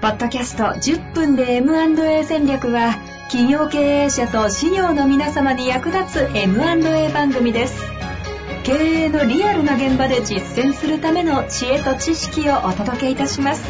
ポッドキャスト10分で M&A 戦略は、企業経営者と事業の皆様に役立つ M&A 番組です。経営のリアルな現場で実践するための知恵と知識をお届けいたします。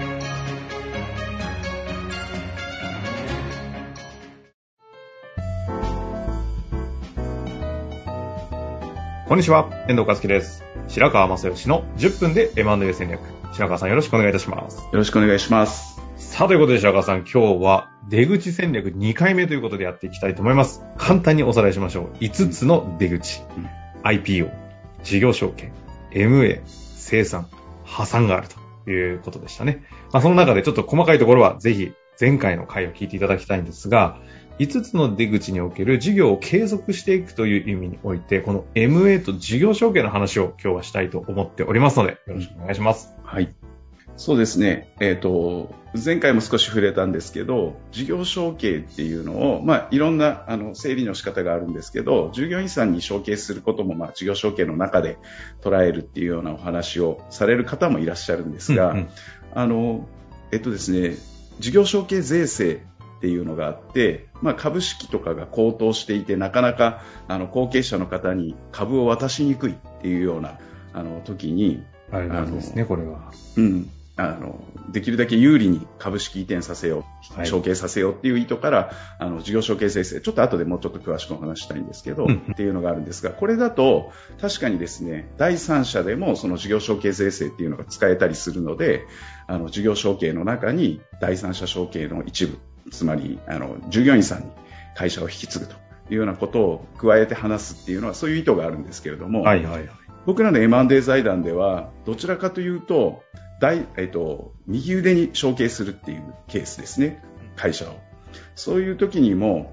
こんにちは、遠藤和樹です。白川正義の10分で M&A 戦略。白川さん、よろしくお願いいたします。 よろしくお願いします。 さあ、ということで白川さん、今日は出口戦略2回目ということでやっていきたいと思います。簡単におさらいしましょう。5つの出口。IPO、事業承継、MA、生産、破産があるということでしたね。その中でちょっと細かいところはぜひ前回の回を聞いていただきたいんですが、5つの出口における事業を継続していくという意味において、この MA と事業承継の話を今日はしたいと思っておりますので、よろしくお願いします。 はい。そうですね。前回も少し触れたんですけど、事業承継っていうのを、いろんな整理の仕方があるんですけど、従業員さんに承継することも、事業承継の中で捉えるっていうようなお話をされる方もいらっしゃるんですが、ですね、事業承継税制っていうのがあって、株式とかが高騰していて、なかなか後継者の方に株を渡しにくいっていうような時に、 あれなんですね、これは。 できるだけ有利に株式移転させよう、承継させようっていう意図から、事業承継税制、ちょっと後でもうちょっと詳しくお話したいんですけど、っていうのがあるんですが、これだと確かにですね、第三者でもその事業承継税制っていうのが使えたりするので、事業承継の中に第三者承継の一部、つまり従業員さんに会社を引き継ぐというようなことを加えて話すっていうのはそういう意図があるんですけれども、僕らの M&A 財団ではどちらかというと右腕に承継するっていうケースですね、会社を。そういう時にも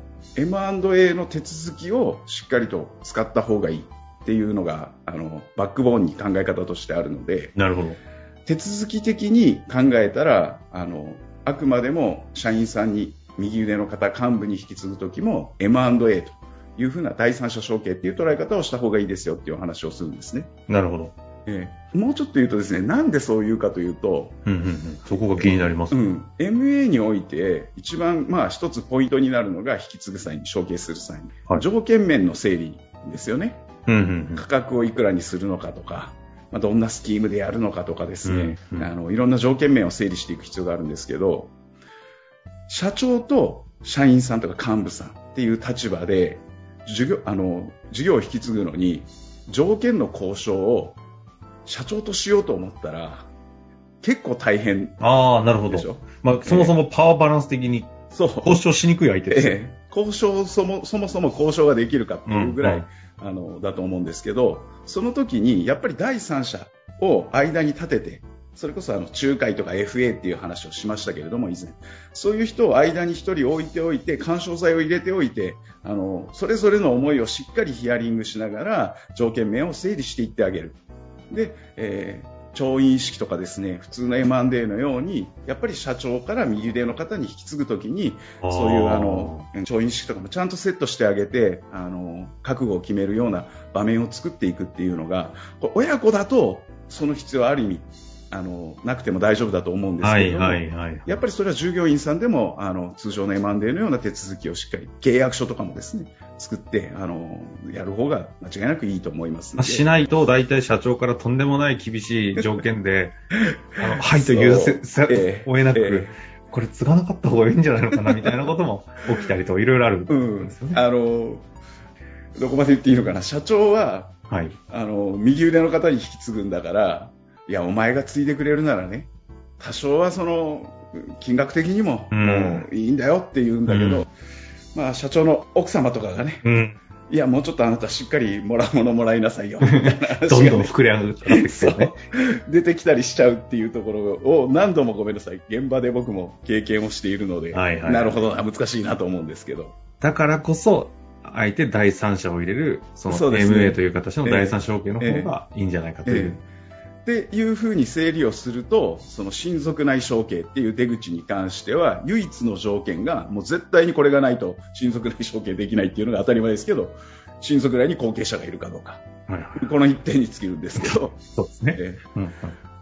M&A の手続きをしっかりと使った方がいいっていうのがバックボーンに考え方としてあるので、 なるほど。手続き的に考えたらあくまでも社員さんに右腕の方幹部に引き継ぐ時も M&A というふうな第三者承継っていう捉え方をした方がいいですよっていうお話をするんですね。 なるほど。 もうちょっと言うとですね、なんでそう言うかというと、 そこが気になります。 MA において一番一つポイントになるのが引き継ぐ際に承継する際に、条件面の整理ですよね。価格をいくらにするのかとか、どんなスキームでやるのかとかですね、いろんな条件面を整理していく必要があるんですけど、社長と社員さんとか幹部さんっていう立場で事業を引き継ぐのに条件の交渉を社長としようと思ったら結構大変でしょ。 なるほど。そもそもパワーバランス的に交渉しにくい相手ですね。 交渉そもそも交渉ができるかっていうぐらい、だと思うんですけど、その時にやっぱり第三者を間に立てて、それこそ仲介とか FA っていう話をしましたけれども、以前そういう人を間に一人置いておいて、緩衝材を入れておいて、それぞれの思いをしっかりヒアリングしながら条件面を整理していってあげる。で、調印式とかですね、普通の M&A のようにやっぱり社長から右腕の方に引き継ぐときにそういう調印式とかもちゃんとセットしてあげて覚悟を決めるような場面を作っていくっていうのが、親子だとその必要はある意味なくても大丈夫だと思うんですけども、やっぱりそれは従業員さんでも通常の M&A のような手続きをしっかり契約書とかもですね作ってやる方が間違いなくいいと思いますので、 しないと大体社長からとんでもない厳しい条件ではいと言うせ追えなく、これ継がなかった方がいいんじゃないのかなみたいなことも起きたりといろいろあるんですよね。 どこまで言っていいのかな、社長は、右腕の方に引き継ぐんだから、いやお前が継いでくれるならね、多少はその金額的にも、もういいんだよって言うんだけど、社長の奥様とかがね、いやもうちょっとあなたしっかりもらうものもらいなさいよみたいな話が、ね、 どんどん膨れ上がってきてね出てきたりしちゃうっていうところを何度もごめんなさい、現場で僕も経験をしているので、なるほどな、難しいなと思うんですけど、 だからこそあえて第三者を入れるその MA という形の第三者承継の方がいいんじゃないかという、 っていうふうに整理をすると、その親族内承継っていう出口に関しては唯一の条件がもう絶対にこれがないと親族内承継できないっていうのが当たり前ですけど、親族内に後継者がいるかどうか、この一点に尽きるんですけど、 そうですね、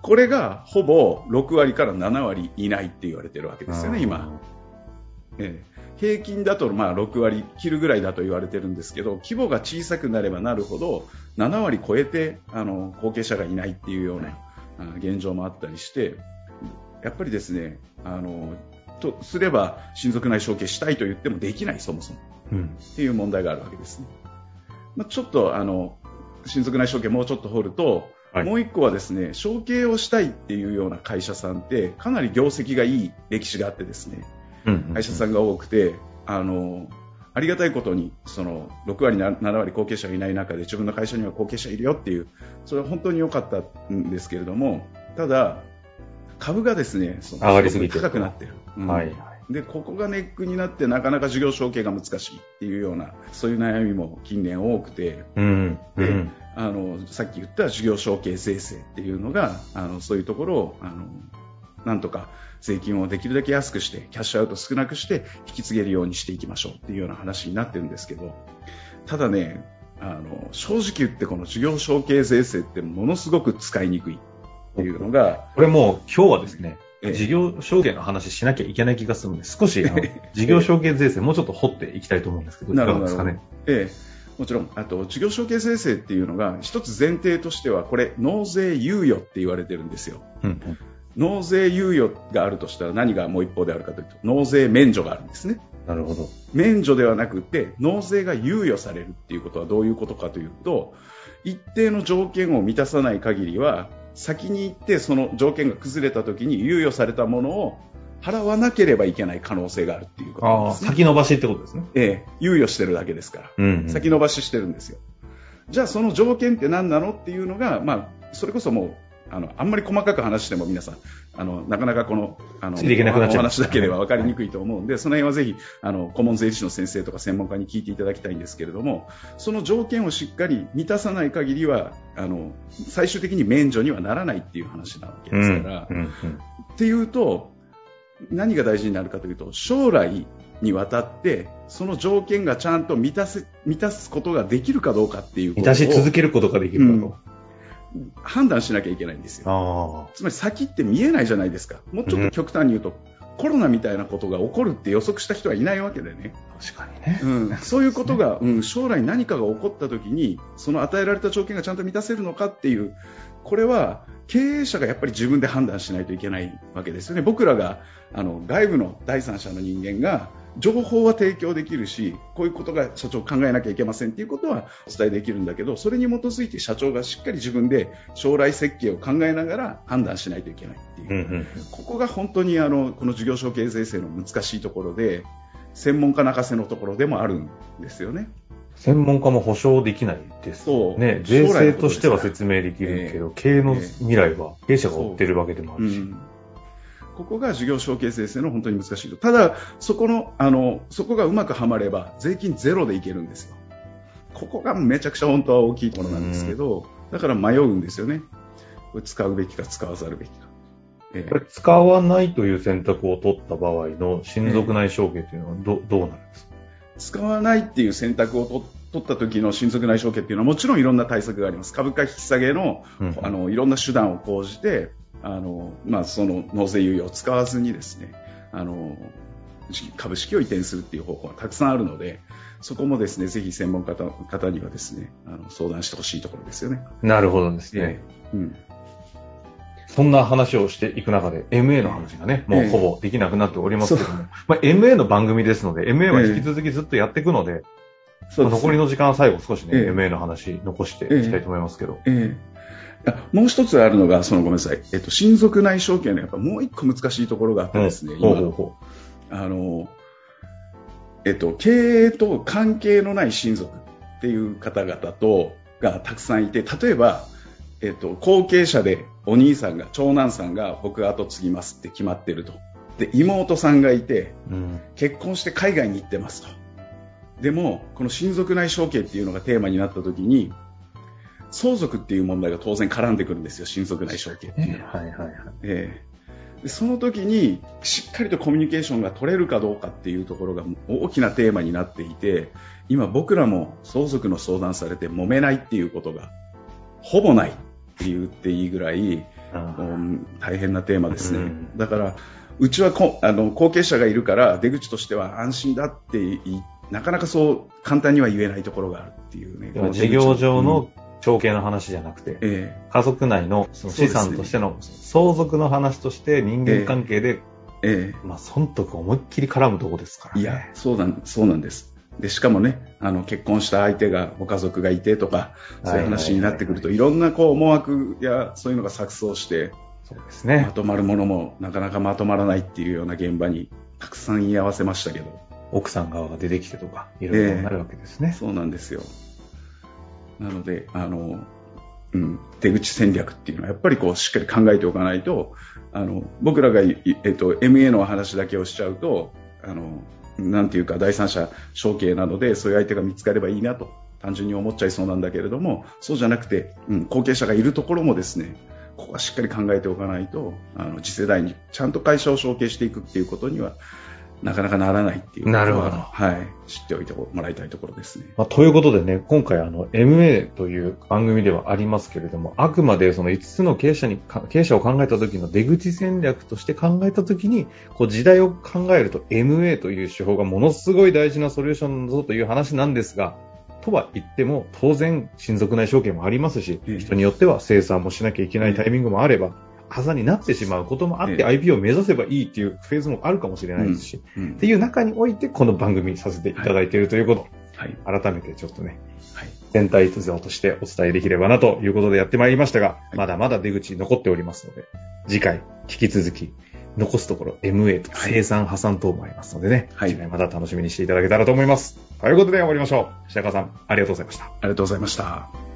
これがほぼ6割から7割いないって言われてるわけですよね、今。平均だとまあ6割切るぐらいだと言われてるんですけど、規模が小さくなればなるほど7割超えて後継者がいないっていうような現状もあったりして、やっぱりですね、とすれば親族内承継したいと言ってもできない、そもそも、っていう問題があるわけですね。ちょっと親族内承継もうちょっと掘ると、もう一個はですね、承継をしたいっていうような会社さんってかなり業績がいい歴史があってですね、会社さんが多くて、ありがたいことにその6割7割後継者がいない中で自分の会社には後継者いるよっていう、それは本当に良かったんですけれども、ただ株がですね、上がりすぎて高くなっている、でここがネックになってなかなか事業承継が難しいっていうような、そういう悩みも近年多くて、でさっき言った事業承継税制っていうのがそういうところをなんとか税金をできるだけ安くしてキャッシュアウト少なくして引き継げるようにしていきましょうっていうような話になってるんですけど、ただね、正直言ってこの事業承継税制ってものすごく使いにくいっていうのが、 これもう今日はですね、事業承継の話しなきゃいけない気がするので、少し事業承継税制もうちょっと掘っていきたいと思うんですけど、いかがですかね。 もちろん事業承継税制っていうのが一つ前提としては、これ納税猶予って言われてるんですよ。納税猶予があるとしたら何がもう一方であるかというと、納税免除があるんですね。 なるほど。 免除ではなくて納税が猶予されるっていうことはどういうことかというと、一定の条件を満たさない限りは先に行ってその条件が崩れた時に猶予されたものを払わなければいけない可能性があるっていうことなんですね。 先延ばしってことですね。 猶予してるだけですから、先延ばししてるんですよ。じゃあその条件って何なのっていうのが、それこそもうあんまり細かく話しても皆さんなかなかこのお話だけでは分かりにくいと思うんで、その辺はぜひ顧問税理士の先生とか専門家に聞いていただきたいんですけれども、その条件をしっかり満たさない限りは最終的に免除にはならないっていう話なわけですから、っていうと何が大事になるかというと、将来にわたってその条件がちゃんと満たすことができるかどうかっていうことを満たし続けることができるかと、 判断しなきゃいけないんですよ。つまり先って見えないじゃないですか。もうちょっと極端に言うと、コロナみたいなことが起こるって予測した人はいないわけでね。 確かにね。 そういうことが、将来何かが起こった時にその与えられた条件がちゃんと満たせるのかっていう、これは経営者がやっぱり自分で判断しないといけないわけですよね。僕らが外部の第三者の人間が情報は提供できるし、こういうことが社長考えなきゃいけませんということはお伝えできるんだけど、それに基づいて社長がしっかり自分で将来設計を考えながら判断しないといけないっていう、ここが本当にこの事業承継税制の難しいところで、専門家泣かせのところでもあるんですよね。 専門家も保証できないですね。税制としては説明できるけど、経営の未来は経営者が追ってるわけでもあるし、 ここが事業承継税制の本当に難しいと。ただそこがうまくはまれば税金ゼロでいけるんですよ。ここがめちゃくちゃ本当は大きいところなんですけど、だから迷うんですよね。これ使うべきか使わざるべきか。 これ使わないという選択を取った場合の親族内承継というのはどうなるんですか。 使わないっていう選択を取った時の親族内承継っていうのはもちろんいろんな対策があります。株価引き下げの、いろんな手段を講じてその納税猶予を使わずにですね、株式を移転するっていう方法がたくさんあるので、そこもですね、ぜひ専門家の方にはですね、相談してほしいところですよね。 なるほどですね。そんな話をしていく中で MA の話がね、もうほぼできなくなっておりますけども、MA の番組ですので MA は引き続きずっとやっていくので、残りの時間は最後少しね、MA の話残していきたいと思いますけど、 もう一つあるのが、ごめんなさい、親族内承継のやっぱもう一個難しいところがあってですね、経営と関係のない親族っていう方々がたくさんいて、例えば、後継者でお兄さんが、長男さんが僕が後継ぎますって決まってると。で、妹さんがいて、結婚して海外に行ってますと。でも、この親族内承継っていうのがテーマになった時に、相続っていう問題が当然絡んでくるんですよ、親族内承継っていうのは。でその時にしっかりとコミュニケーションが取れるかどうかっていうところが大きなテーマになっていて、今僕らも相続の相談されて揉めないっていうことがほぼないって言っていいぐらい、 大変なテーマですね。だからうちは後継者がいるから出口としては安心だってなかなかそう簡単には言えないところがあるっていうね。 事業上の承継の話じゃなくて、家族内のその資産としての相続の話として人間関係で、損得思いっきり絡むところですからね。 いや、そうなんです。で、しかもね、結婚した相手がご家族がいてとか、そういう話になってくると、いろんな思惑やそういうのが錯綜して、 そうですね。 まとまるものもなかなかまとまらないっていうような現場にたくさん居合わせましたけど。 奥さん側が出てきてとか、いろいろなるわけですね。 そうなんですよ。なので、出口戦略っていうのはやっぱりしっかり考えておかないと、僕らが、MA の話だけをしちゃうと、なんていうか第三者承継なのでそういう相手が見つかればいいなと単純に思っちゃいそうなんだけれども、そうじゃなくて、後継者がいるところもですね、ここはしっかり考えておかないと、次世代にちゃんと会社を承継していくっていうことにはなかなかならないっていうことは、 なるほど。 はい、知っておいてもらいたいところですね。 ということでね、今回MA という番組ではありますけれども、あくまでその5つの経営者を考えた時の出口戦略として考えた時に、時代を考えると MA という手法がものすごい大事なソリューションだぞという話なんですが、とは言っても当然親族内承継もありますし、人によっては清算もしなきゃいけないタイミングもあれば、あざになってしまうこともあって、IP を目指せばいいっていうフェーズもあるかもしれないですし、っていう中においてこの番組にさせていただいているということ、改めてちょっとね、全体像としてお伝えできればなということでやってまいりましたが、まだまだ出口残っておりますので、次回引き続き残すところ MA と清算破産等もありますのでね、次回また楽しみにしていただけたらと思います。ということで終わりましょう。白川さん、ありがとうございました。 ありがとうございました。